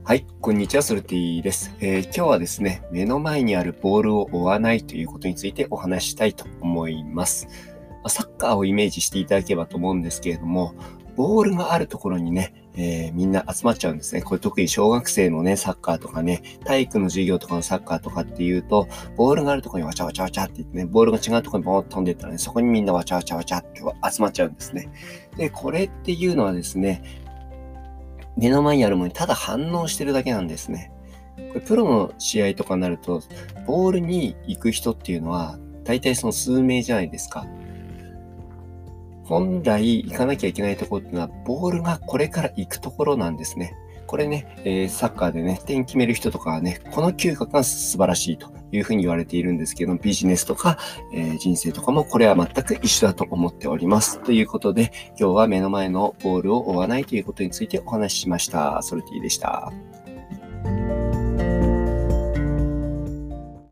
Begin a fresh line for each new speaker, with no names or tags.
はい、こんにちは、ソルティです。今日はですね、目の前にあるボールを追わないということについてお話ししたいと思います。サッカーをイメージしていただければと思うんですけれども、ボールがあるところにね、みんな集まっちゃうんですね。これ特に小学生のね、サッカーとかね、体育の授業とかのサッカーとかっていうと、ボールがあるところにわちゃわちゃわちゃって言ってね、ボールが違うところにボーンと飛んでいったらね、そこにみんなわちゃわちゃわちゃって集まっちゃうんですね。で、これっていうのはですね、目の前にあるものにただ反応してるだけなんですね。これプロの試合とかになると、ボールに行く人っていうのは、大体その数名じゃないですか。本来行かなきゃいけないところっていうのは、ボールがこれから行くところなんですね。これね、サッカーでね、点決める人とかはね、この嗅覚が素晴らしいというふうに言われているんですけど、ビジネスとか、人生とかもこれは全く一緒だと思っております。ということで、今日は目の前のボールを追わないということについてお話ししました。ソルティでした。